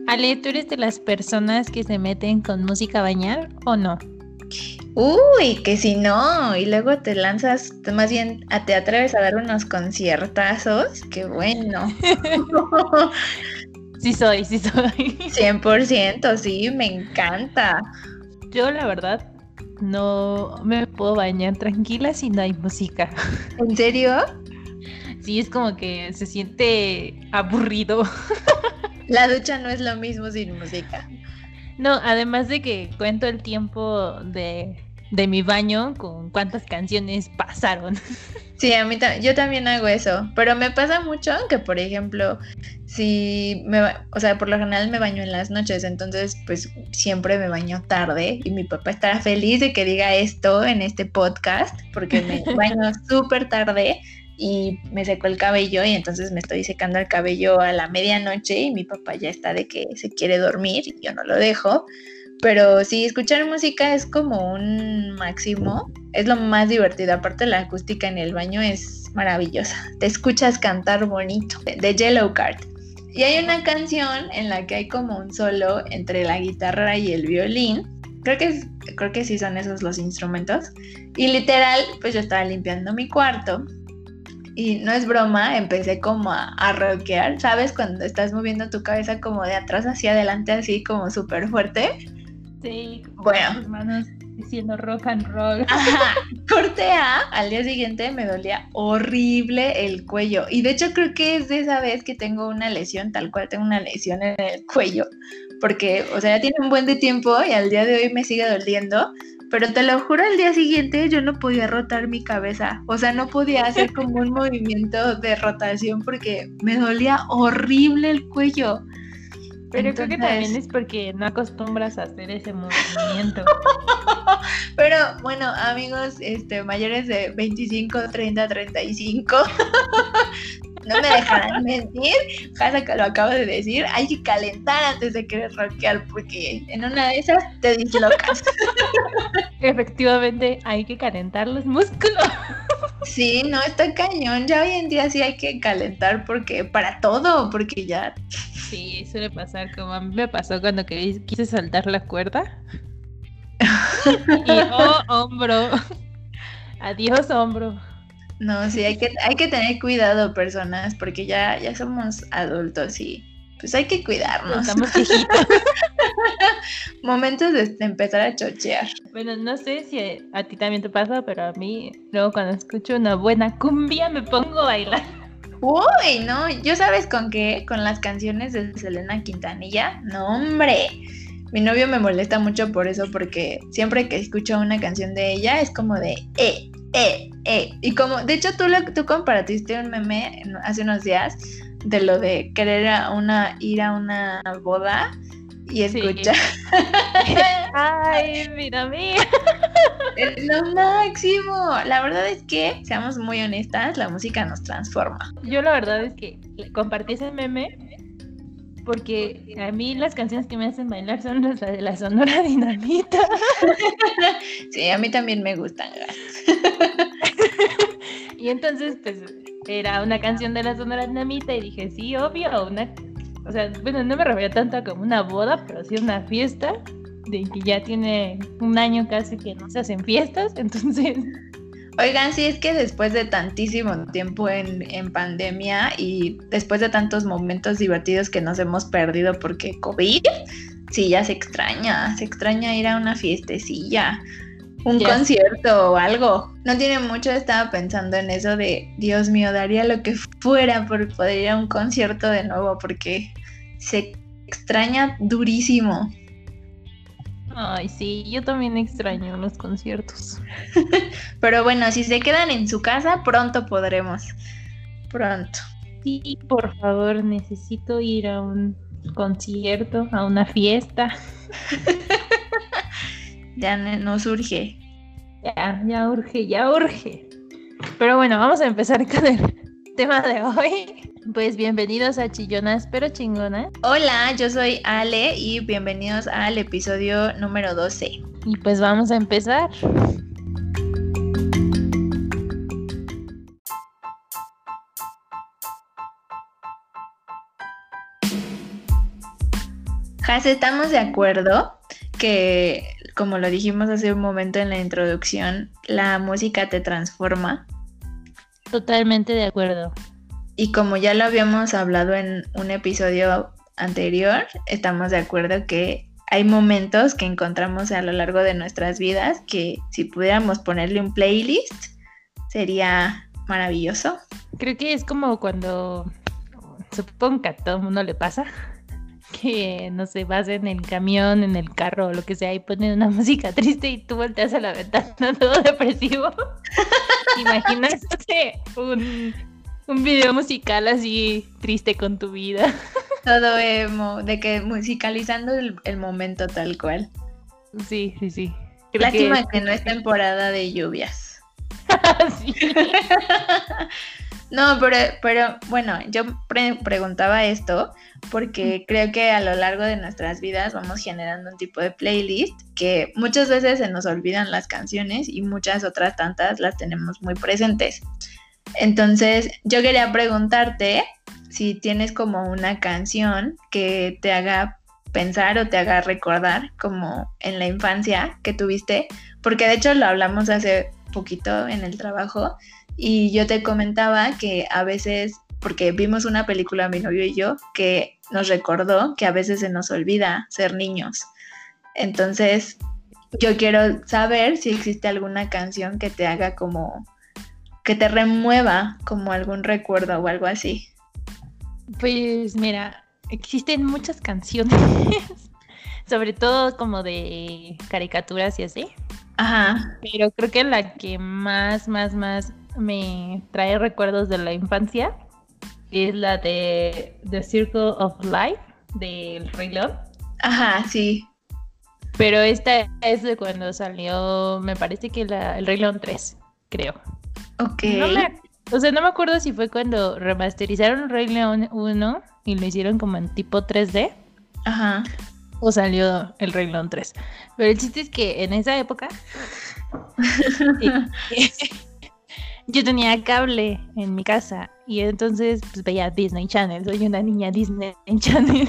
Ale, ¿tú eres de las personas que se meten con música a bañar o no? Uy, que si no, y luego te lanzas, más bien te atreves a dar unos conciertazos, qué bueno. Sí soy. 100%, sí, me encanta. Yo la verdad no me puedo bañar tranquila si no hay música. ¿En serio? Sí, es como que se siente aburrido. La ducha no es lo mismo sin música. No, además de que cuento el tiempo de mi baño con cuántas canciones pasaron. Sí, yo también hago eso, pero me pasa mucho que, por ejemplo, si o sea, por lo general me baño en las noches, entonces pues siempre me baño tarde y mi papá estará feliz de que diga esto en este podcast porque me baño súper tarde y me seco el cabello y entonces me estoy secando el cabello a la medianoche y mi papá ya está de que se quiere dormir y yo no lo dejo. Pero sí, escuchar música es como un máximo, es lo más divertido. Aparte, la acústica en el baño es maravillosa. Te escuchas cantar bonito, de Yellowcard. Y hay una canción en la que hay como un solo entre la guitarra y el violín. Creo que sí son esos los instrumentos. Y literal, pues yo estaba limpiando mi cuarto. Y no es broma, empecé como a rockear, ¿sabes? Cuando estás moviendo tu cabeza como de atrás hacia adelante, así como súper fuerte. Sí, Bueno, tus manos diciendo rock and roll. ajá, corte A, al día siguiente me dolía horrible el cuello. Y de hecho creo que es de esa vez que tengo una lesión, tal cual tengo una lesión en el cuello. Porque, o sea, ya tiene un buen de tiempo y al día de hoy me sigue doliendo. Pero te lo juro, al día siguiente yo no podía rotar mi cabeza. O sea, no podía hacer como un movimiento de rotación porque me dolía horrible el cuello. Pero creo que también es porque no acostumbras a hacer ese movimiento. Pero bueno, amigos mayores de 25, 30, 35, no me dejarán mentir, Casa que lo acabo de decir, hay que calentar antes de querer rockear porque en una de esas te dislocas. Efectivamente, hay que calentar los músculos. Sí, no, está cañón, ya hoy en día sí hay que calentar porque para todo, porque ya... Sí, suele pasar como a mí me pasó cuando quise saltar la cuerda. Y hombro. Adiós, hombro. No, sí, hay que tener cuidado, personas, porque ya somos adultos y pues hay que cuidarnos. Estamos viejitos. Momentos de empezar a chochear. Bueno, no sé si a ti también te pasa, pero a mí luego cuando escucho una buena cumbia me pongo a bailar. Uy, no, ¿yo sabes con qué? Con las canciones de Selena Quintanilla. No, hombre. Mi novio me molesta mucho por eso, porque siempre que escucho una canción de ella es como de Y como, de hecho, tú compartiste un meme hace unos días de lo de querer ir a una boda y escuchar. Sí. Ay, mira mí. Es lo máximo. La verdad es que, seamos muy honestas, la música nos transforma. Yo la verdad es que compartí ese meme porque a mí las canciones que me hacen bailar son las de la Sonora Dinamita. Sí, a mí también me gustan. Y entonces, pues, era una canción de la Sonora Dinamita y dije, sí, obvio, o sea, bueno, no me refería tanto a como una boda, pero sí una fiesta, de que ya tiene un año casi que no se hacen fiestas, entonces... Oigan, sí, es que después de tantísimo tiempo en pandemia y después de tantos momentos divertidos que nos hemos perdido porque COVID, sí, ya se extraña ir a una fiestecilla, un concierto o algo. No tiene mucho, estaba pensando en eso de, Dios mío, daría lo que fuera por poder ir a un concierto de nuevo porque se extraña durísimo. Ay, sí, yo también extraño los conciertos. Pero bueno, si se quedan en su casa, pronto podremos. Pronto. Sí, por favor, necesito ir a un concierto, a una fiesta. Ya nos urge. Ya urge. Pero bueno, vamos a empezar con el tema de hoy. Pues bienvenidos a Chillonas pero Chingonas. Hola, yo soy Ale y bienvenidos al episodio número 12. Y pues vamos a empezar. Has, estamos de acuerdo que, como lo dijimos hace un momento en la introducción, la música te transforma. Totalmente de acuerdo. Y como ya lo habíamos hablado en un episodio anterior, estamos de acuerdo que hay momentos que encontramos a lo largo de nuestras vidas que si pudiéramos ponerle un playlist sería maravilloso. Creo que es como cuando, supongo que a todo el mundo le pasa, que no sé, vas en el camión, en el carro o lo que sea y ponen una música triste y tú volteas a la ventana todo depresivo. Imagínate un video musical así triste con tu vida. Todo emo, de que musicalizando el momento tal cual. Sí. Creo Lástima que no es temporada de lluvias. Sí. No, pero bueno, yo preguntaba esto porque creo que a lo largo de nuestras vidas vamos generando un tipo de playlist que muchas veces se nos olvidan las canciones y muchas otras tantas las tenemos muy presentes. Entonces, yo quería preguntarte si tienes como una canción que te haga pensar o te haga recordar como en la infancia que tuviste, porque de hecho lo hablamos hace poquito en el trabajo y yo te comentaba que a veces, porque vimos una película mi novio y yo, que nos recordó que a veces se nos olvida ser niños. Entonces, yo quiero saber si existe alguna canción que te haga como, que te remueva como algún recuerdo o algo así. Pues mira, existen muchas canciones, sobre todo como de caricaturas y así. Ajá. Pero creo que la que más me trae recuerdos de la infancia es la de The Circle of Life del Rey León. Ajá, sí. Pero esta es de cuando salió, me parece que el Rey León 3, creo. Ok. No me acuerdo si fue cuando remasterizaron Rey León 1 y lo hicieron como en tipo 3D. Ajá. O salió el Rey León 3. Pero el chiste es que en esa época yo tenía cable en mi casa y entonces pues veía Disney Channel. Soy una niña Disney Channel.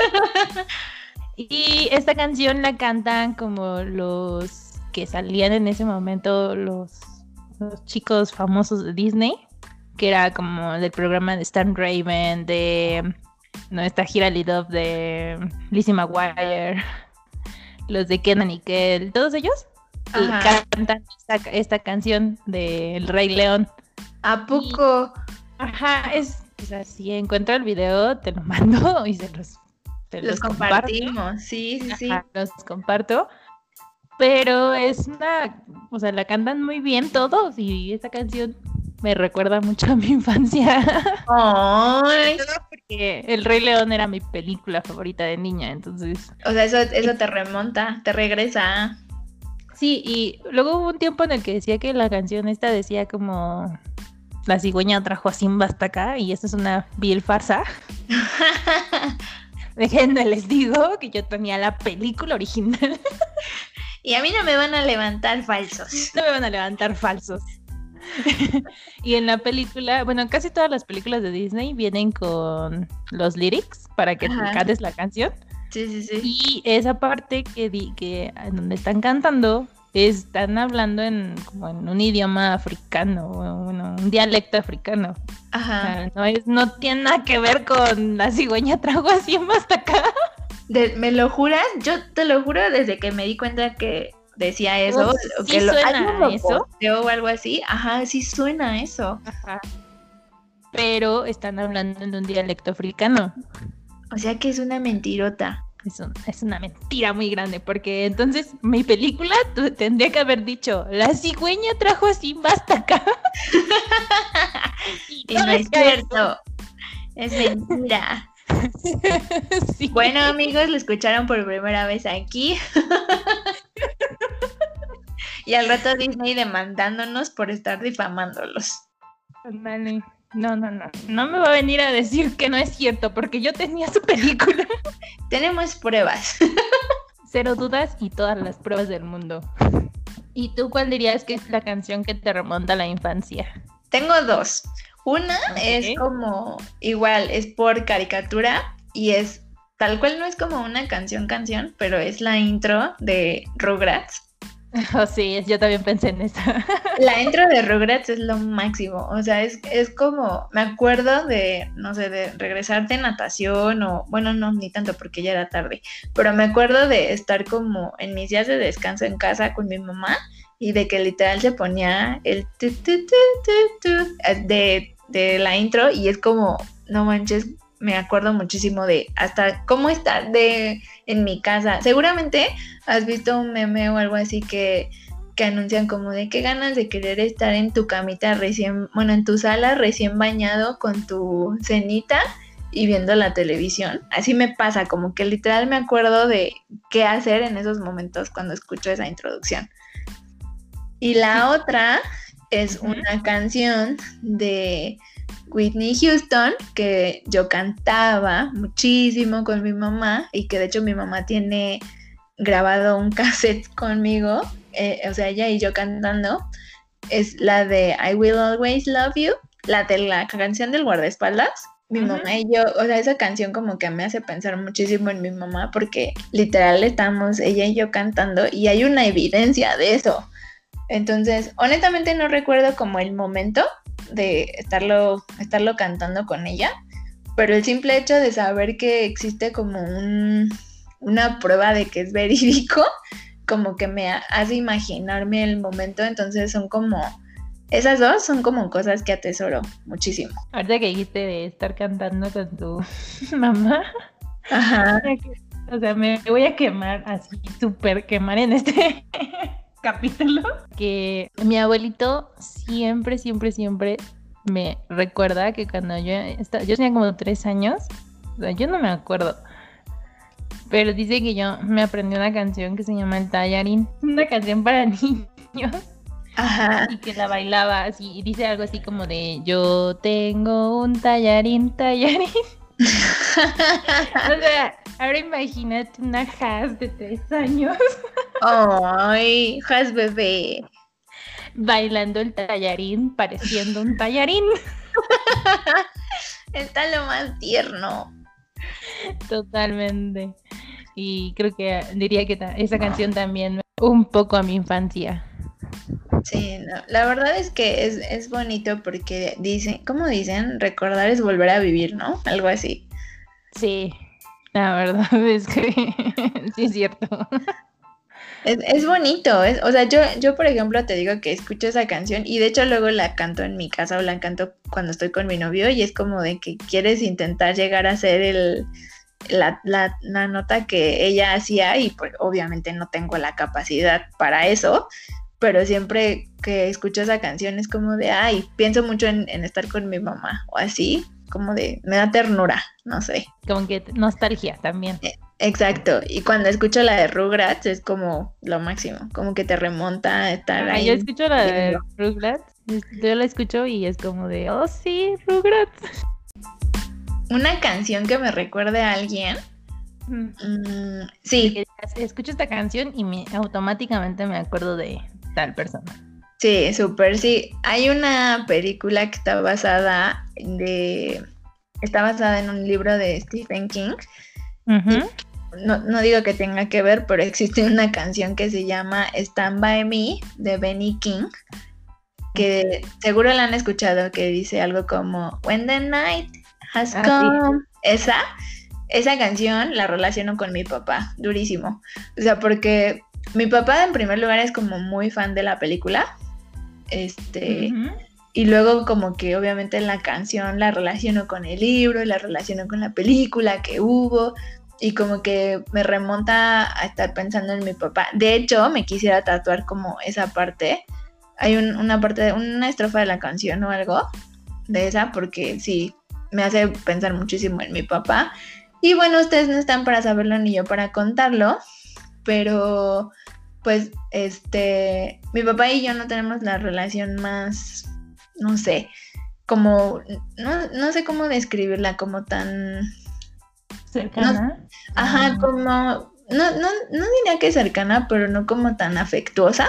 Y esta canción la cantan como los que salían en ese momento, los chicos famosos de Disney, que era como del programa de Stan Raven, de esta Hilary Duff, de Lizzie McGuire, los de Kenan y Kel, todos ellos cantan esta canción del Rey León. ¿A poco? Ajá, es así, encuentro el video, te lo mando y los compartimos, sí. Ajá, los comparto. Pero o sea, la cantan muy bien todos y esta canción me recuerda mucho a mi infancia. ¡Ay! Porque El Rey León era mi película favorita de niña, entonces... O sea, eso te remonta, te regresa. Sí, y luego hubo un tiempo en el que decía que la canción esta decía como... La cigüeña trajo a Simba hasta acá y esto es una vil farsa. Déjenme les digo que yo tenía la película original. Y a mí no me van a levantar falsos. No me van a levantar falsos. Y en la película, bueno, casi todas las películas de Disney vienen con los lyrics para que te cantes la canción. Sí. Y esa parte que en donde están cantando, están hablando como en un idioma africano, bueno, un dialecto africano. Ajá. O sea, no tiene nada que ver con la cigüeña trajo a Simba hasta acá. ¿Me lo juras? Yo te lo juro desde que me di cuenta que decía eso. O que suena eso. O algo así. Ajá, sí suena eso. Ajá. Pero están hablando en un dialecto africano. O sea que es una mentirota. Es una mentira muy grande, porque entonces mi película tendría que haber dicho, la cigüeña trajo a Simba hasta acá. Y no es cierto. Es mentira. Sí. Bueno, amigos, lo escucharon por primera vez aquí. Y al rato Disney demandándonos por estar difamándolos. Vale. No me va a venir a decir que no es cierto, porque yo tenía su película. Tenemos pruebas. 0 dudas y todas las pruebas del mundo. ¿Y tú cuál dirías que es la canción que te remonta a la infancia? Tengo 2. Una es como, igual, es por caricatura y es tal cual no es como una canción, pero es la intro de Rugrats. Oh, sí, yo también pensé en eso. La intro de Rugrats es lo máximo, o sea, es como, me acuerdo de, no sé, de regresar de natación o, bueno, no, ni tanto porque ya era tarde, pero me acuerdo de estar como en mis días de descanso en casa con mi mamá y de que literal se ponía el de la intro y es como, no manches, me acuerdo muchísimo de hasta cómo estar en mi casa. Seguramente has visto un meme o algo así que anuncian como de qué ganas de querer estar en tu camita recién, bueno, en tu sala recién bañado con tu cenita y viendo la televisión. Así me pasa, como que literal me acuerdo de qué hacer en esos momentos cuando escucho esa introducción. Y la otra es una canción de Whitney Houston que yo cantaba muchísimo con mi mamá y que de hecho mi mamá tiene grabado un cassette conmigo, o sea, ella y yo cantando, es la de I Will Always Love You, la de la canción del guardaespaldas. Mi mamá y yo, o sea, esa canción como que me hace pensar muchísimo en mi mamá porque literal estamos ella y yo cantando y hay una evidencia de eso. Entonces, honestamente no recuerdo como el momento de estarlo cantando con ella, pero el simple hecho de saber que existe como una prueba de que es verídico, como que me hace imaginarme el momento, entonces son como, esas dos son como cosas que atesoro muchísimo. Ahorita que dijiste de estar cantando con tu mamá, ajá, o sea, me voy a quemar así, súper quemar en este capítulo, que mi abuelito siempre me recuerda que cuando yo tenía como 3 años, o sea, yo no me acuerdo, pero dice que yo me aprendí una canción que se llama El Tallarín, una canción para niños. ajá. Y que la bailaba así, y dice algo así como de yo tengo un tallarín. O sea, ahora imagínate una Has de 3 años. Ay, Has bebé. Bailando el tallarín, pareciendo un tallarín. Está lo más tierno. Totalmente. Y creo que diría que esa canción también un poco a mi infancia. Sí, no, la verdad es que es bonito porque dicen, ¿cómo dicen? Recordar es volver a vivir, ¿no? Algo así. Sí, la verdad es que sí es cierto. Es bonito, o sea, yo por ejemplo te digo que escucho esa canción y de hecho luego la canto en mi casa o la canto cuando estoy con mi novio y es como de que quieres intentar llegar a hacer la nota que ella hacía y pues obviamente no tengo la capacidad para eso, pero siempre que escucho esa canción es como de, ay, pienso mucho en estar con mi mamá o así, como de, me da ternura, no sé. Como que nostalgia también. Exacto, y cuando escucho la de Rugrats es como lo máximo, como que te remonta a estar ahí. Yo escucho la de Rugrats, yo la escucho y es como de, oh sí, Rugrats. Una canción que me recuerde a alguien, sí. Escucho esta canción y automáticamente me acuerdo de tal persona. Sí, súper, sí. Hay una película que está basada en un libro de Stephen King. No digo que tenga que ver, pero existe una canción que se llama Stand By Me de Benny King, que seguro la han escuchado, que dice algo como When the Night Has Come. Sí. Esa canción la relaciono con mi papá, durísimo. O sea, porque mi papá en primer lugar es como muy fan de la película. Y luego como que obviamente la canción la relaciono con el libro y la relaciono con la película que hubo y como que me remonta a estar pensando en mi papá. De hecho, me quisiera tatuar como esa parte. Hay una parte, una estrofa de la canción o algo de esa porque sí, me hace pensar muchísimo en mi papá. Y bueno, ustedes no están para saberlo ni yo para contarlo, pero pues mi papá y yo no tenemos la relación más, no sé, como, no sé cómo describirla, como tan cercana. Ajá, como, no diría que cercana, pero no como tan afectuosa.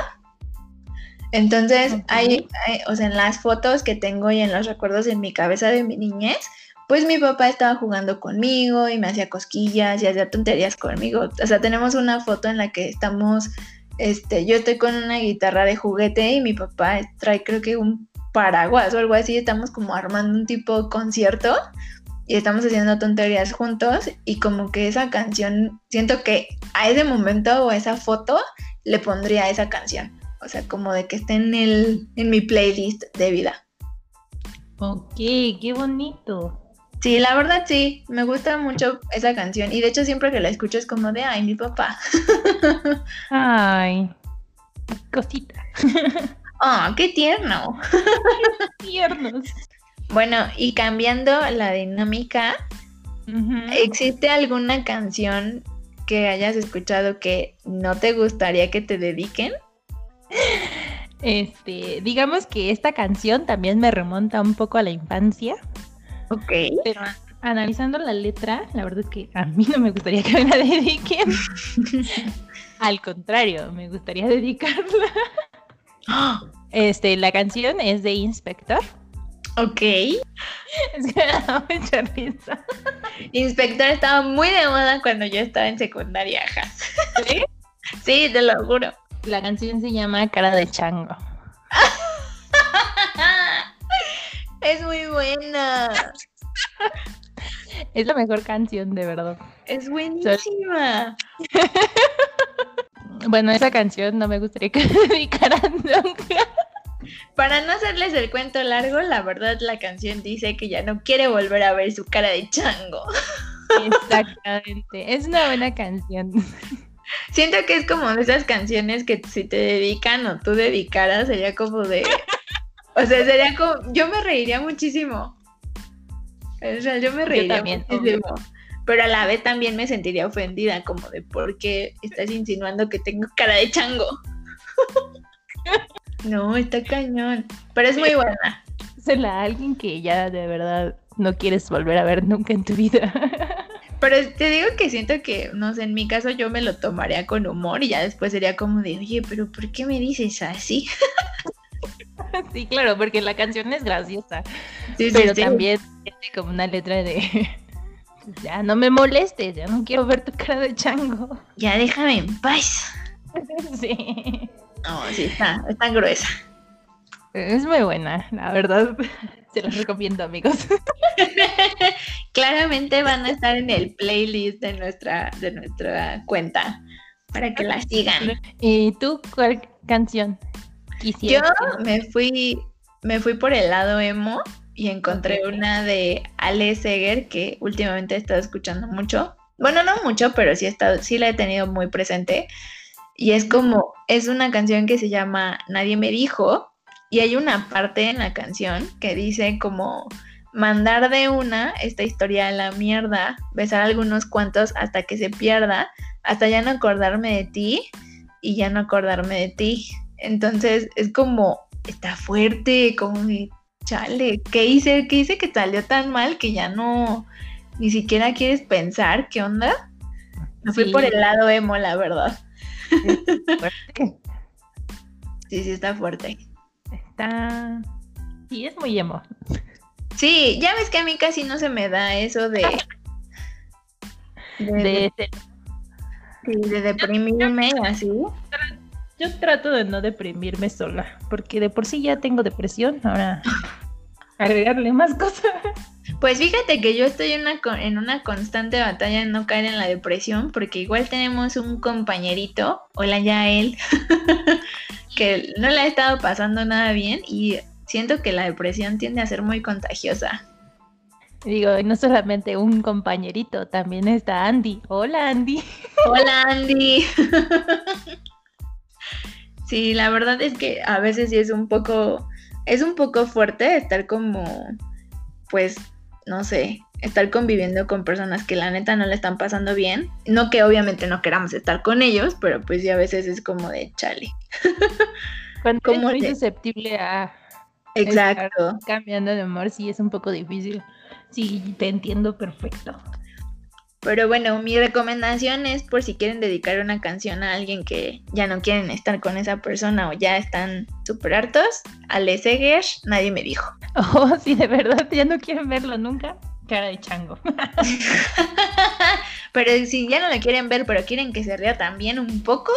Entonces, hay, o sea, en las fotos que tengo y en los recuerdos en mi cabeza de mi niñez, pues mi papá estaba jugando conmigo y me hacía cosquillas y hacía tonterías conmigo. O sea, tenemos una foto en la que estamos, yo estoy con una guitarra de juguete y mi papá trae creo que un paraguas o algo así, estamos como armando un tipo de concierto y estamos haciendo tonterías juntos y como que esa canción, siento que a ese momento o a esa foto le pondría esa canción. O sea, como de que esté en mi playlist de vida. Ok, qué bonito. Sí, la verdad sí, me gusta mucho esa canción y de hecho siempre que la escucho es como de, ay, mi papá. Ay, cosita. Oh, qué tierno. Tiernos. Bueno, y cambiando la dinámica, ¿existe alguna canción que hayas escuchado que no te gustaría que te dediquen? Digamos que esta canción también me remonta un poco a la infancia. Ok. Pero analizando la letra, la verdad es que a mí no me gustaría que me la dediquen. Al contrario, me gustaría dedicarla. La canción es de Inspector. Ok. Es que me da mucha risa. Inspector estaba muy de moda cuando yo estaba en secundaria, Jas. ¿Sí? Sí, te lo juro. La canción se llama Cara de Chango. Es muy buena. Es la mejor canción, de verdad. Es buenísima. Bueno, esa canción no me gustaría que me dedicaran nunca. Para no hacerles el cuento largo, la verdad la canción dice que ya no quiere volver a ver su cara de chango. Exactamente. Es una buena canción. Siento que es como de esas canciones que si te dedican o tú dedicaras sería como de... O sea, sería como... Yo me reiría muchísimo. O sea, yo me reiría muchísimo. Pero a la vez también me sentiría ofendida, como de ¿por qué estás insinuando que tengo cara de chango? No, está cañón. Pero es muy buena. Sela a alguien que ya de verdad no quieres volver a ver nunca en tu vida. Pero te digo que siento que, no sé, en mi caso yo me lo tomaría con humor y ya después sería como de, oye, pero ¿por qué me dices así? Sí, claro, porque la canción es graciosa. Sí, pero sí, también tiene como una letra de, ya no me molestes, ya no quiero ver tu cara de chango. Ya déjame en paz. Sí. No, sí, está gruesa. Es muy buena, la verdad. Se los recomiendo, amigos. Claramente van a estar en el playlist de nuestra cuenta para que la sigan. ¿Y tú cuál canción quisieras? Yo me fui por el lado emo y encontré una de Ale Seger que últimamente he estado escuchando mucho. Bueno, no mucho, pero sí la he tenido muy presente. Y es una canción que se llama Nadie me dijo. Y hay una parte en la canción que dice como mandar de esta historia a la mierda, besar algunos cuantos hasta que se pierda, hasta ya no acordarme de ti y ya no acordarme de ti. Entonces es como, está fuerte, como chale, ¿qué hice que salió tan mal que ya no, ni siquiera quieres pensar qué onda? Me fui por el lado emo, la verdad. Sí, está fuerte. Sí, es muy emo. Sí, ya ves que a mí casi no se me da eso de deprimirme así. Yo trato de no deprimirme sola, porque de por sí ya tengo depresión, ahora agregarle más cosas. Pues fíjate que yo estoy en una constante batalla en no caer en la depresión, porque igual tenemos un compañerito, hola Yael, que no le ha estado pasando nada bien y siento que la depresión tiende a ser muy contagiosa. Digo, y no solamente un compañerito, también está Andy. Hola Andy. Hola Andy. Sí, la verdad es que a veces sí es un poco fuerte estar como, pues, no sé, estar conviviendo con personas que la neta no le están pasando bien. No que obviamente no queramos estar con ellos, pero pues sí a veces es como de chale. Cuando eres muy susceptible a exacto estar cambiando de humor, sí es un poco difícil. Sí, te entiendo perfecto. Pero bueno, mi recomendación es por si quieren dedicar una canción a alguien que ya no quieren estar con esa persona o ya están súper hartos, Ale Seger, Nadie me dijo. Oh, sí, de verdad, ya no quieren verlo nunca. Cara de chango. Pero si ya no la quieren ver, pero quieren que se ría también un poco.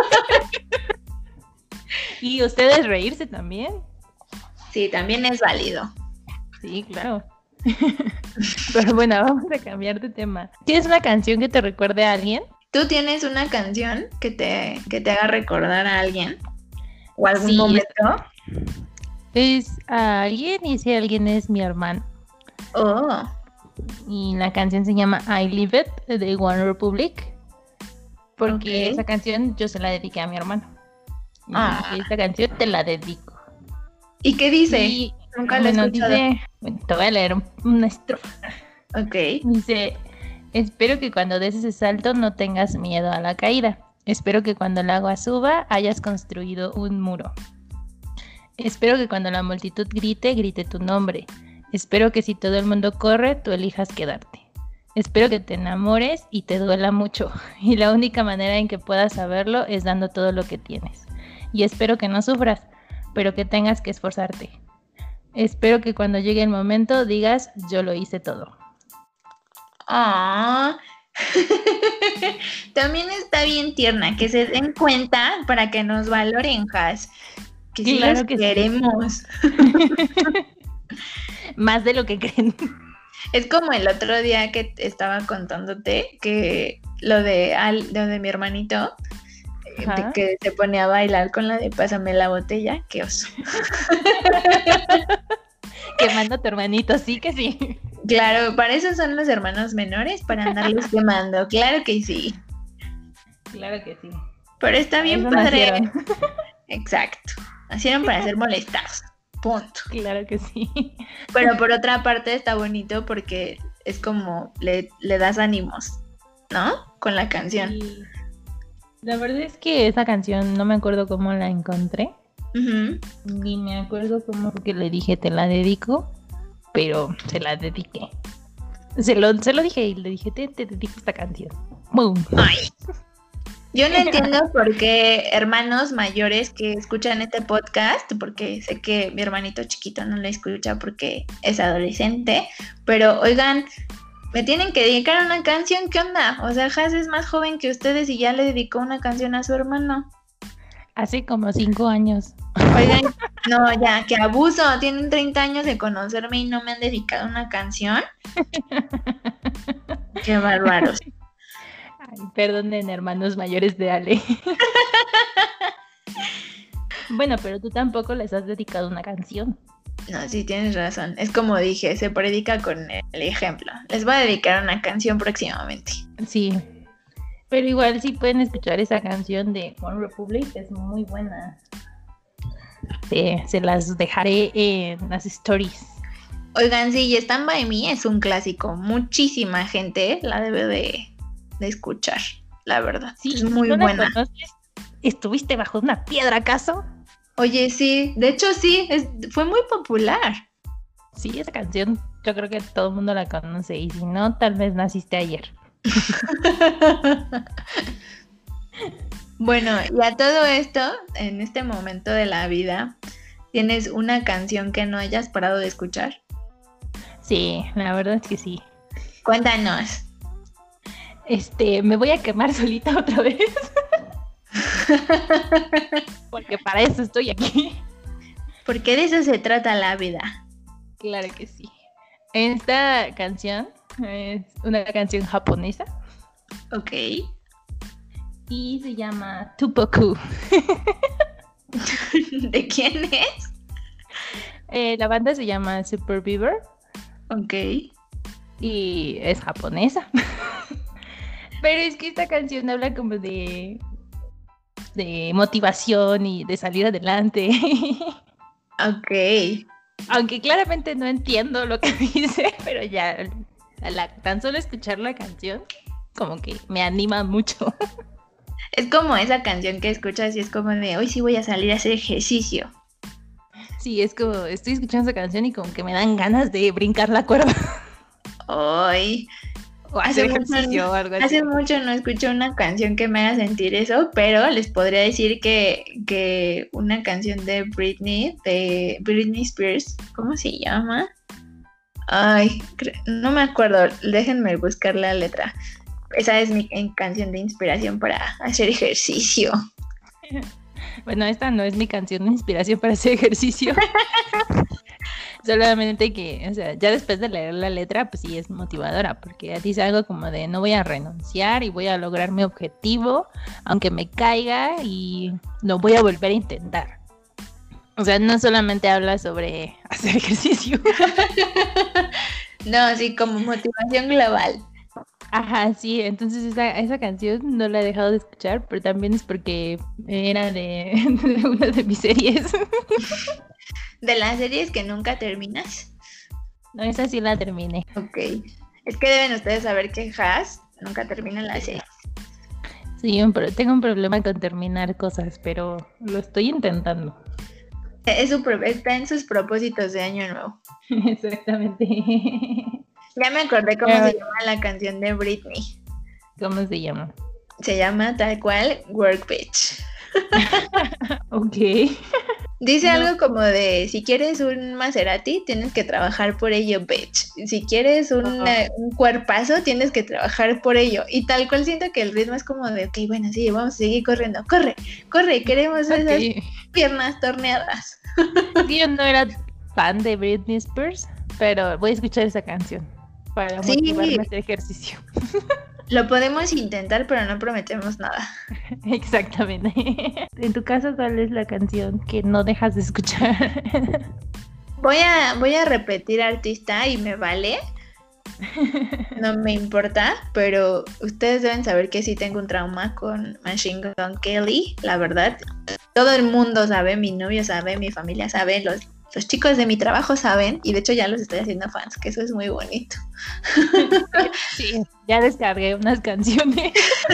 ¿Y ustedes reírse también? Sí, también es válido. Sí, claro. Pero bueno, vamos a cambiar de tema. ¿Tienes una canción que te recuerde a alguien? ¿Tú tienes una canción que te haga recordar a alguien? ¿O algún Sí, momento? Es a alguien y ese alguien es mi hermano. Oh, Y la canción se llama I Live It de One Republic. Porque Ok. esa canción yo se la dediqué a mi hermano. Y Ah. esta canción te la dedico. ¿y qué dice? Y Nunca la he escuchado. dice, bueno, te voy a leer una estrofa. Ok. Dice, espero que cuando des ese salto no tengas miedo a la caída. Espero que cuando el agua suba hayas construido un muro. Espero que cuando la multitud grite, grite tu nombre. Espero que si todo el mundo corre, tú elijas quedarte. Espero que te enamores y te duela mucho. Y la única manera en que puedas saberlo es dando todo lo que tienes. Y espero que no sufras, pero que tengas que esforzarte. Espero que cuando llegue el momento digas, yo lo hice todo. Ah. También está bien tierna, que se den cuenta para que nos valoren, Has. Que sí Claro los que sí. queremos. Más de lo que creen. Es como el otro día que estaba contándote que lo de mi hermanito, de Ajá. que se pone a bailar con la de pásame la botella, qué oso. Quemando a tu hermanito, sí que sí. Claro, para eso son los hermanos menores, para andarlos quemando, claro que sí. Claro que sí. Pero está bien Eso padre. nacieron. Exacto. Nacieron para ser molestados. Punto. Claro que sí. Pero por otra parte está bonito porque es como le das ánimos, ¿no? Con la canción. Y la verdad es que esa canción no me acuerdo cómo la encontré. Ujú. Ni me acuerdo cómo que le dije te la dedico. Pero se la dediqué. Se lo dije y le dije, te dedico esta canción. ¡Boom! Ay. Yo no entiendo por qué hermanos mayores que escuchan este podcast, porque sé que mi hermanito chiquito no lo escucha porque es adolescente, pero oigan, me tienen que dedicar una canción, ¿qué onda? O sea, Has es más joven que ustedes y ya le dedicó una canción a su hermano. Hace como 5 años. Oigan, no, ya, qué abuso, tienen 30 años de conocerme y no me han dedicado una canción. Qué bárbaros. Ay, perdonen, hermanos mayores de Ale. Bueno, pero tú tampoco les has dedicado una canción. No, sí tienes razón. Es como dije, se predica con el ejemplo. Les voy a dedicar una canción próximamente. Sí. Pero igual sí pueden escuchar esa canción de One Republic, es muy buena. Se las dejaré en las stories. Oigan, sí, y Stand By Me es un clásico. Muchísima gente la debe de escuchar, la verdad. Sí, es muy ¿no la buena. conoces? ¿Estuviste bajo una piedra acaso? Oye, sí, de hecho sí, fue muy popular. Sí, esa canción yo creo que todo el mundo la conoce y si no, tal vez naciste ayer. Bueno, y a todo esto, en este momento de la vida, ¿tienes una canción que no hayas parado de escuchar? Sí, la verdad es que sí. Cuéntanos. Me voy a quemar solita otra vez. Porque para eso estoy aquí. Porque de eso se trata la vida. Claro que sí. Esta canción es una canción japonesa Ok. y se llama Tupoku. ¿De quién es? La banda se llama Super Beaver Ok. y es japonesa. Pero es que esta canción habla como de motivación y de salir adelante. Ok. Aunque claramente no entiendo lo que dice, pero ya tan solo escuchar la canción como que me anima mucho. Es como esa canción que escuchas y es como de hoy sí voy a salir a hacer ejercicio. Sí, es como estoy escuchando esa canción y como que me dan ganas de brincar la cuerda Hoy. o hacer ejercicio o algo así. Hace mucho no escucho una canción que me haga sentir eso, pero les podría decir que una canción de Britney Spears, ¿cómo se llama? Ay, no me acuerdo, déjenme buscar la letra. Esa es mi canción de inspiración para hacer ejercicio. Bueno, esta no es mi canción de inspiración para hacer ejercicio. Solamente que, o sea, ya después de leer la letra, pues sí es motivadora, porque dice algo como de no voy a renunciar y voy a lograr mi objetivo, aunque me caiga, y lo voy a volver a intentar. O sea, no solamente habla sobre hacer ejercicio. No, sí, como motivación global. Ajá, sí, entonces esa canción no la he dejado de escuchar, pero también es porque era de una de mis series. De las series que nunca terminas. No, esa sí la terminé. Ok. Es que deben ustedes saber que Has nunca termina la serie. Sí, pero tengo un problema con terminar cosas, pero lo estoy intentando. Está en sus propósitos de año nuevo. Exactamente. Ya me acordé cómo se llama la canción de Britney. ¿Cómo se llama? Se llama tal cual Work Bitch. Ok. Dice algo como de, si quieres un Maserati, tienes que trabajar por ello, bitch. Si quieres un cuerpazo, tienes que trabajar por ello. Y tal cual siento que el ritmo es como de, ok, bueno, sí, vamos a seguir corriendo. Corre, corre, queremos esas piernas torneadas. Sí, yo no era fan de Britney Spears, pero voy a escuchar esa canción para motivarme a hacer ejercicio. Lo podemos intentar, pero no prometemos nada. Exactamente. En tu caso, ¿cuál es la canción que no dejas de escuchar? Voy a repetir artista y me vale. No me importa, pero ustedes deben saber que sí tengo un trauma con Machine Gun Kelly, la verdad. Todo el mundo sabe, mi novio sabe, mi familia sabe, los chicos de mi trabajo saben, y de hecho ya los estoy haciendo fans, que eso es muy bonito. Sí, ya descargué unas canciones.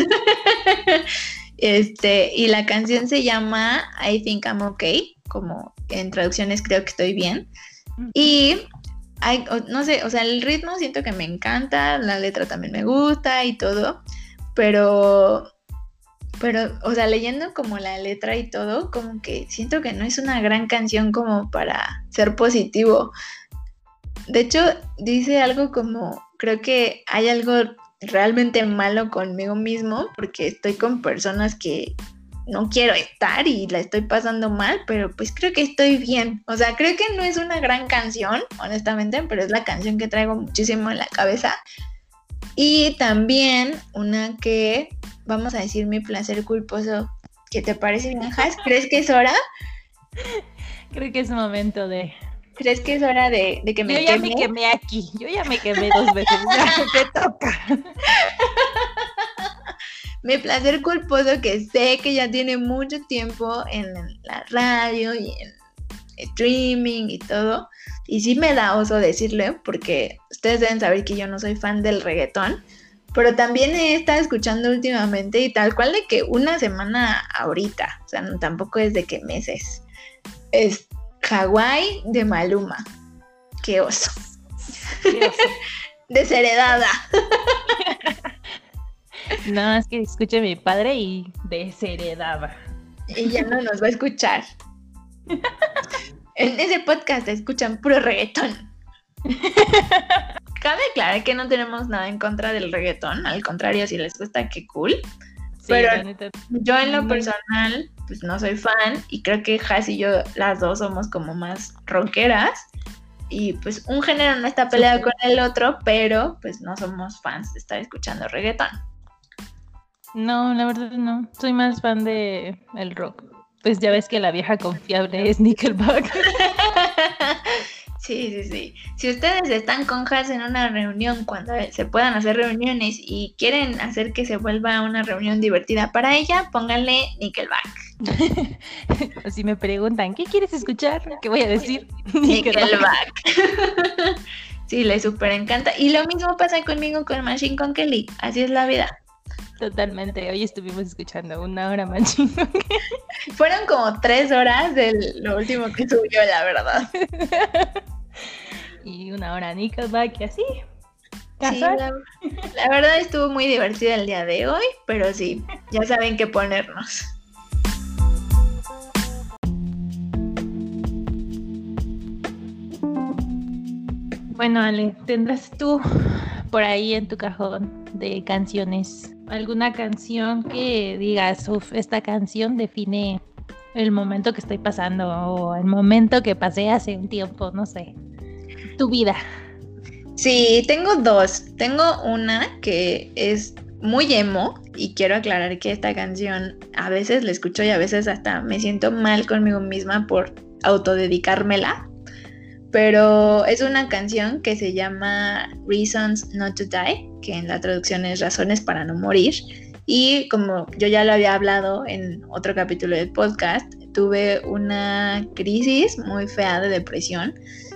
Y la canción se llama I Think I'm Okay, como en traducciones creo que estoy bien. Y no sé, o sea, el ritmo siento que me encanta, la letra también me gusta y todo, pero, o sea, leyendo como la letra y todo, como que siento que no es una gran canción como para ser positivo. De hecho, dice algo como, creo que hay algo realmente malo conmigo mismo porque estoy con personas que no quiero estar y la estoy pasando mal, pero pues creo que estoy bien. O sea, creo que no es una gran canción, honestamente, pero es la canción que traigo muchísimo en la cabeza. Y también una que, vamos a decir, mi placer culposo. ¿Qué te parece, Has? ¿Crees que es hora? Creo que es momento de... ¿Crees que es hora de que me queme? Yo ya me quemé aquí. Yo ya me quemé 2 veces. Ya te toca. Mi placer culposo, que sé que ya tiene mucho tiempo en la radio y en streaming y todo. Y sí me da oso decirle, porque ustedes deben saber que yo no soy fan del reggaetón. Pero también he estado escuchando últimamente y tal cual de que una semana ahorita. O sea, no, tampoco es de que meses. Es Hawái de Maluma. Qué oso. Qué oso. Desheredada. Nada más que escuche a mi padre y desheredaba. Y ya no nos va a escuchar. En ese podcast escuchan puro reggaetón. Cabe aclarar que no tenemos nada en contra del reggaetón. Al contrario, si les gusta, qué cool. Sí, pero yo en lo personal, pues no soy fan. Y creo que Has y yo, las dos, somos como más rockeras. Y pues un género no está peleado con el otro, pero pues no somos fans de estar escuchando reggaetón. No, la verdad no. Soy más fan de el rock. Pues ya ves que la vieja confiable es Nickelback. Sí. Si ustedes están con Has en una reunión, cuando se puedan hacer reuniones y quieren hacer que se vuelva una reunión divertida para ella, pónganle Nickelback. O si me preguntan, ¿qué quieres escuchar? ¿Qué voy a decir? Nickelback. Sí, le súper encanta. Y lo mismo pasa conmigo con Machine Gun Kelly. Así es la vida. Totalmente, hoy estuvimos escuchando 1 hora Machine Gun Kelly. Fueron como 3 horas de lo último que subió, la verdad. Y 1 hora Nickelback y así. Sí, la verdad estuvo muy divertida el día de hoy, pero sí, ya saben qué ponernos. Bueno, Ale, ¿tendrás tú por ahí en tu cajón de canciones alguna canción que digas, esta canción define el momento que estoy pasando o el momento que pasé hace un tiempo, no sé, tu vida? Sí, tengo dos. Tengo una que es muy emo y quiero aclarar que esta canción a veces la escucho y a veces hasta me siento mal conmigo misma por autodedicármela. Pero es una canción que se llama Reasons Not to Die, que en la traducción es Razones para no morir. Y como yo ya lo había hablado en otro capítulo del podcast, tuve una crisis muy fea de depresión.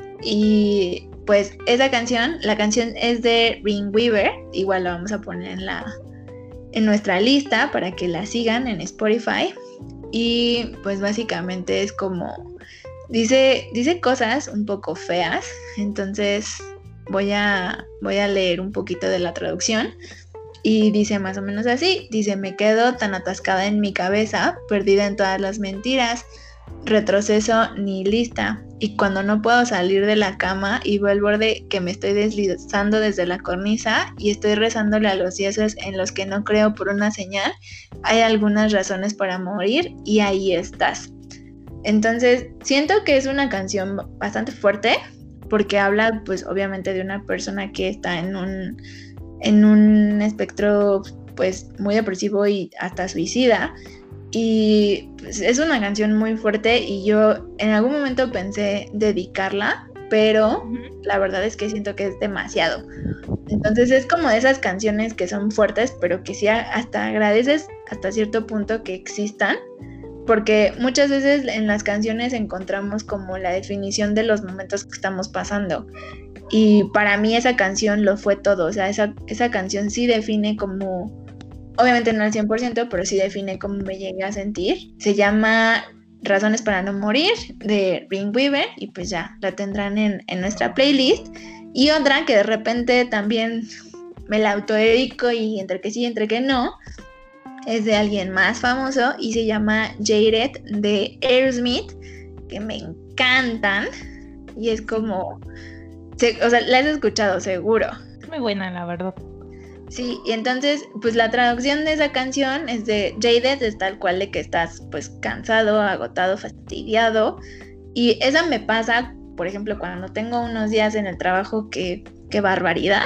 Y pues esa canción, la canción es de Ring Weaver, igual la vamos a poner en nuestra lista para que la sigan en Spotify. Y pues básicamente es como... Dice cosas un poco feas, entonces voy a leer un poquito de la traducción y dice más o menos así, dice: me quedo tan atascada en mi cabeza, perdida en todas las mentiras, retroceso nihilista, y cuando no puedo salir de la cama y veo el borde que me estoy deslizando desde la cornisa y estoy rezándole a los dioses en los que no creo por una señal, hay algunas razones para morir y ahí estás. Entonces, siento que es una canción bastante fuerte porque habla, pues, obviamente de una persona que está en un espectro, pues, muy depresivo y hasta suicida. Y pues, es una canción muy fuerte y yo en algún momento pensé dedicarla, pero la verdad es que siento que es demasiado. Entonces es como de esas canciones que son fuertes, pero que sí hasta agradeces hasta cierto punto que existan. Porque muchas veces en las canciones encontramos como la definición de los momentos que estamos pasando. Y para mí esa canción lo fue todo. O sea, esa canción sí define como, obviamente no al 100%, pero sí define cómo me llegué a sentir. Se llama Razones para no morir, de Ring Weaver, y pues ya la tendrán en nuestra playlist. Y otra que de repente también me la autodedico y entre que sí, entre que no, es de alguien más famoso y se llama Jaded, de Aerosmith, que me encantan y es como, o sea, la has escuchado seguro. Es muy buena, la verdad. Sí, y entonces pues la traducción de esa canción es de Jaded, es tal cual de que estás pues cansado, agotado, fastidiado, y esa me pasa, por ejemplo, cuando tengo unos días en el trabajo que barbaridad.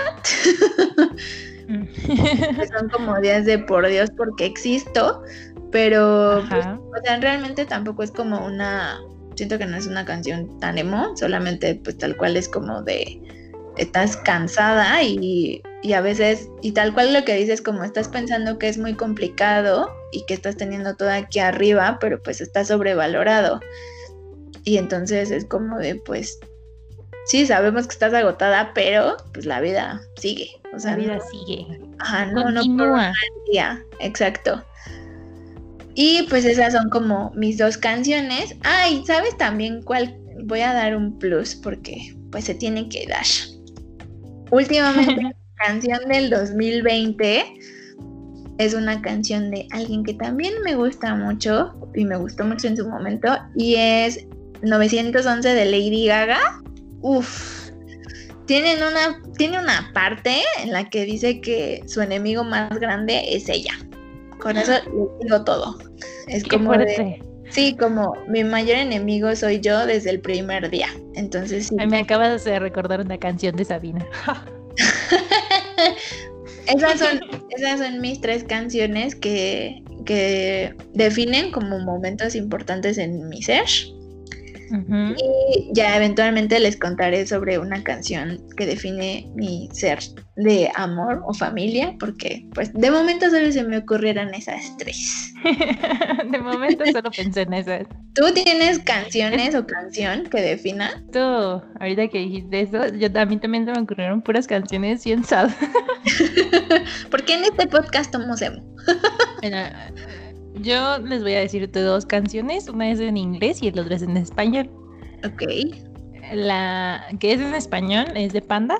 Que son como días de por Dios porque existo, pero pues, o sea, realmente tampoco es como siento que no es una canción tan emo, solamente pues tal cual es como de estás cansada y a veces, y tal cual lo que dices, como estás pensando que es muy complicado y que estás teniendo todo aquí arriba, pero pues está sobrevalorado, y entonces es como de pues sí, sabemos que estás agotada, pero pues la vida sigue. O sea, la vida sigue. Ajá, continúa. Exacto. Y pues esas son como mis dos canciones. Y ¿sabes también cuál? Voy a dar un plus porque pues se tiene que dar. Últimamente, la canción del 2020 es una canción de alguien que también me gusta mucho y me gustó mucho en su momento, y es 911 de Lady Gaga. Tiene una parte en la que dice que su enemigo más grande es ella. Con eso le digo todo. Es Qué como fuerte. Sí, como mi mayor enemigo soy yo desde el primer día. Entonces sí. Me acabas de recordar una canción de Sabina. Esas son mis tres canciones que definen como momentos importantes en mi ser. Uh-huh. Y ya eventualmente les contaré sobre una canción que define mi ser de amor o familia, porque pues de momento solo se me ocurrieron esas tres. De momento solo pensé en esas. ¿Tú tienes canciones o canción que defina? Ahorita que dijiste eso, a mí también se me ocurrieron puras canciones bien sad. Porque en este podcast somos emo. Yo les voy a decir dos canciones, una es en inglés y la otra es en español. Ok. La que es en español es de Panda.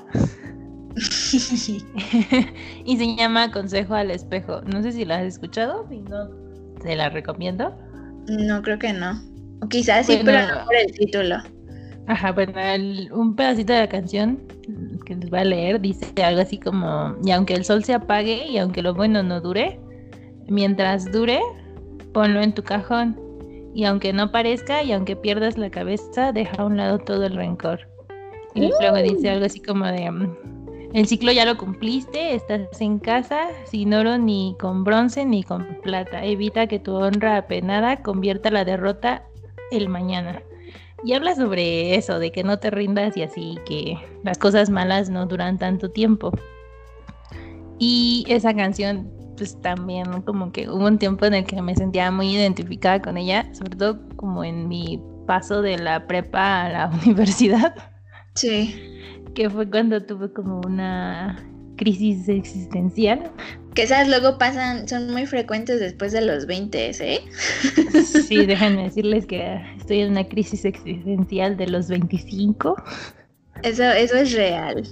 Y se llama Consejo al Espejo. No sé si la has escuchado, y no te la recomiendo. No, creo que no. O quizás sí, pero no por el título. Ajá, bueno, un pedacito de la canción que les voy a leer dice algo así como, y aunque el sol se apague y aunque lo bueno no dure, mientras dure, ponlo en tu cajón. Y aunque no parezca y aunque pierdas la cabeza, deja a un lado todo el rencor. Y luego dice algo así como de, el ciclo ya lo cumpliste, estás en casa, sin oro ni con bronce ni con plata. Evita que tu honra apenada convierta la derrota el mañana. Y habla sobre eso, de que no te rindas y así, que las cosas malas no duran tanto tiempo. Y esa canción, pues también como que hubo un tiempo en el que me sentía muy identificada con ella, sobre todo como en mi paso de la prepa a la universidad. Sí. Que fue cuando tuve como una crisis existencial. Que esas luego pasan, son muy frecuentes después de los 20, ¿eh? Sí, déjenme decirles que estoy en una crisis existencial de los 25. Eso es real.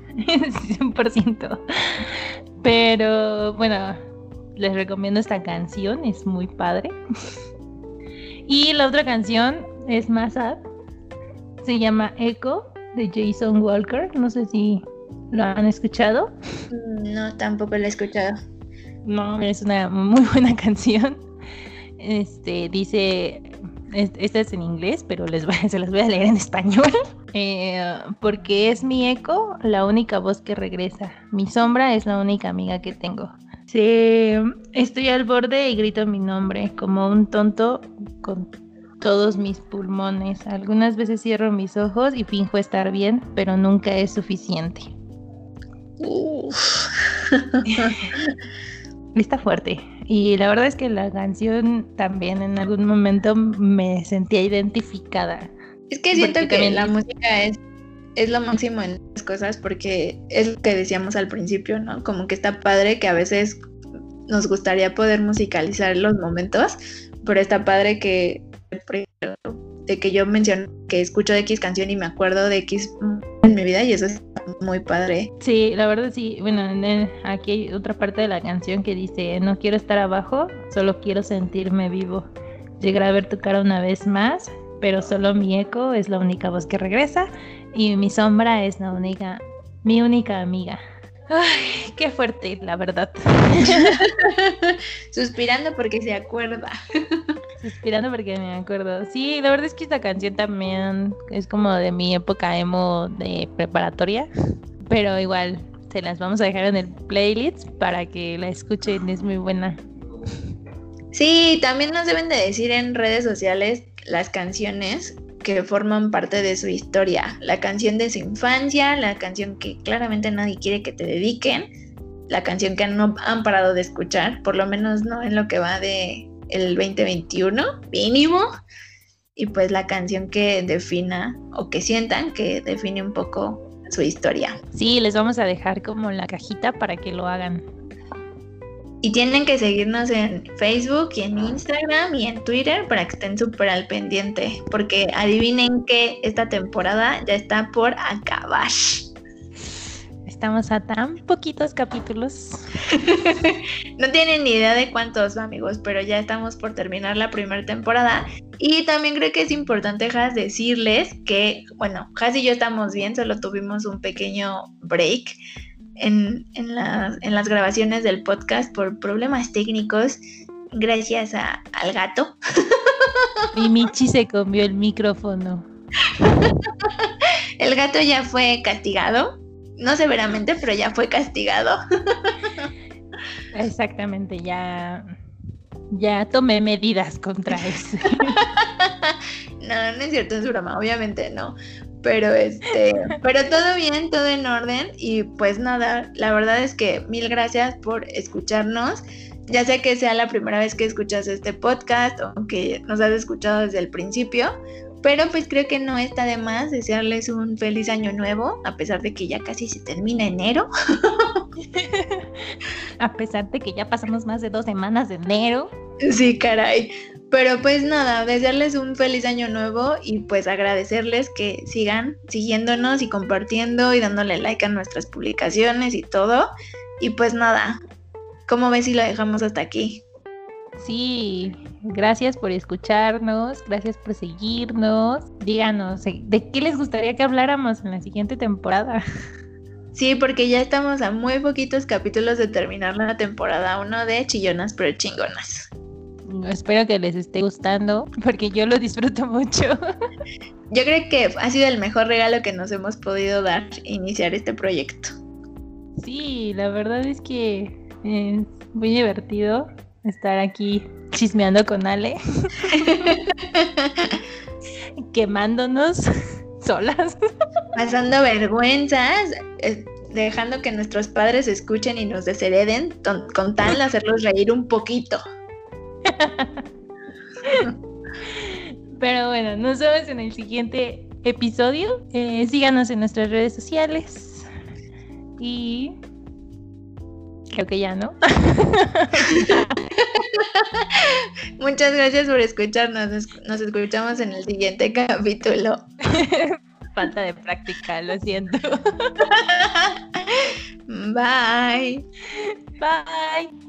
100%. Pero bueno, les recomiendo esta canción, es muy padre. Y la otra canción es más sad, se llama Echo de Jason Walker, no sé si lo han escuchado. No, tampoco lo he escuchado. No, es una muy buena canción. Dice, esta es en inglés, pero se las voy a leer en español. Porque es mi eco, la única voz que regresa. Mi sombra es la única amiga que tengo. Estoy al borde y grito mi nombre, como un tonto con todos mis pulmones. Algunas veces cierro mis ojos y finjo estar bien, pero nunca es suficiente. Está fuerte. Y la verdad es que la canción también en algún momento me sentía identificada. Es que siento que la música es lo máximo en las cosas, porque es lo que decíamos al principio, ¿no? Como que está padre que a veces nos gustaría poder musicalizar los momentos, pero está padre que, de que yo menciono que escucho X canción y me acuerdo de X en mi vida, y eso es muy padre. Sí, la verdad sí. Bueno, aquí hay otra parte de la canción que dice: no quiero estar abajo, solo quiero sentirme vivo. Llegar a ver tu cara una vez más, pero solo mi eco es la única voz que regresa y mi sombra es mi única amiga. Ay, qué fuerte, la verdad. Suspirando porque se acuerda. Suspirando porque me acuerdo. Sí, la verdad es que esta canción también es como de mi época emo de preparatoria, pero igual se las vamos a dejar en el playlist para que la escuchen, es muy buena. Sí, también nos deben de decir en redes sociales las canciones que forman parte de su historia, la canción de su infancia, la canción que claramente nadie quiere que te dediquen, la canción que no han parado de escuchar, por lo menos no en lo que va de el 2021 mínimo, y pues la canción que defina o que sientan que define un poco su historia. Sí, les vamos a dejar como la cajita para que lo hagan. Y tienen que seguirnos en Facebook y en Instagram y en Twitter para que estén súper al pendiente, porque adivinen que esta temporada ya está por acabar. Estamos a tan poquitos capítulos. No tienen ni idea de cuántos, amigos, pero ya estamos por terminar la primera temporada. Y también creo que es importante, Has, decirles que, bueno, Has y yo estamos bien, solo tuvimos un pequeño break en las grabaciones del podcast por problemas técnicos, gracias al gato. Y Michi se comió el micrófono. El gato ya fue castigado, no severamente, pero ya fue castigado. Exactamente, ya tomé medidas contra eso. No es cierto, es broma, obviamente no. Pero todo bien, todo en orden. Y pues nada, la verdad es que mil gracias por escucharnos. Ya sé que sea la primera vez que escuchas este podcast o que nos has escuchado desde el principio, pero pues creo que no está de más desearles un feliz año nuevo, a pesar de que ya casi se termina enero. A pesar de que ya pasamos más de 2 semanas de enero. Sí, caray. Pero pues nada, desearles un feliz año nuevo y pues agradecerles que sigan siguiéndonos y compartiendo y dándole like a nuestras publicaciones y todo. Y pues nada, ¿cómo ves si lo dejamos hasta aquí? Sí, gracias por escucharnos, gracias por seguirnos. Díganos, ¿de qué les gustaría que habláramos en la siguiente temporada? Sí, porque ya estamos a muy poquitos capítulos de terminar la temporada 1 de Chillonas pero Chingonas. Espero que les esté gustando, porque yo lo disfruto mucho. Yo creo que ha sido el mejor regalo que nos hemos podido dar, iniciar este proyecto. Sí, la verdad es que es muy divertido estar aquí chismeando con Ale. Quemándonos solas. Pasando vergüenzas, dejando que nuestros padres escuchen y nos deshereden, con tal de hacerlos reír un poquito. Pero bueno, nos vemos en el siguiente episodio. Síganos en nuestras redes sociales. Y creo que ya, ¿no? Muchas gracias por escucharnos. Nos escuchamos en el siguiente capítulo. Falta de práctica, lo siento. Bye. Bye.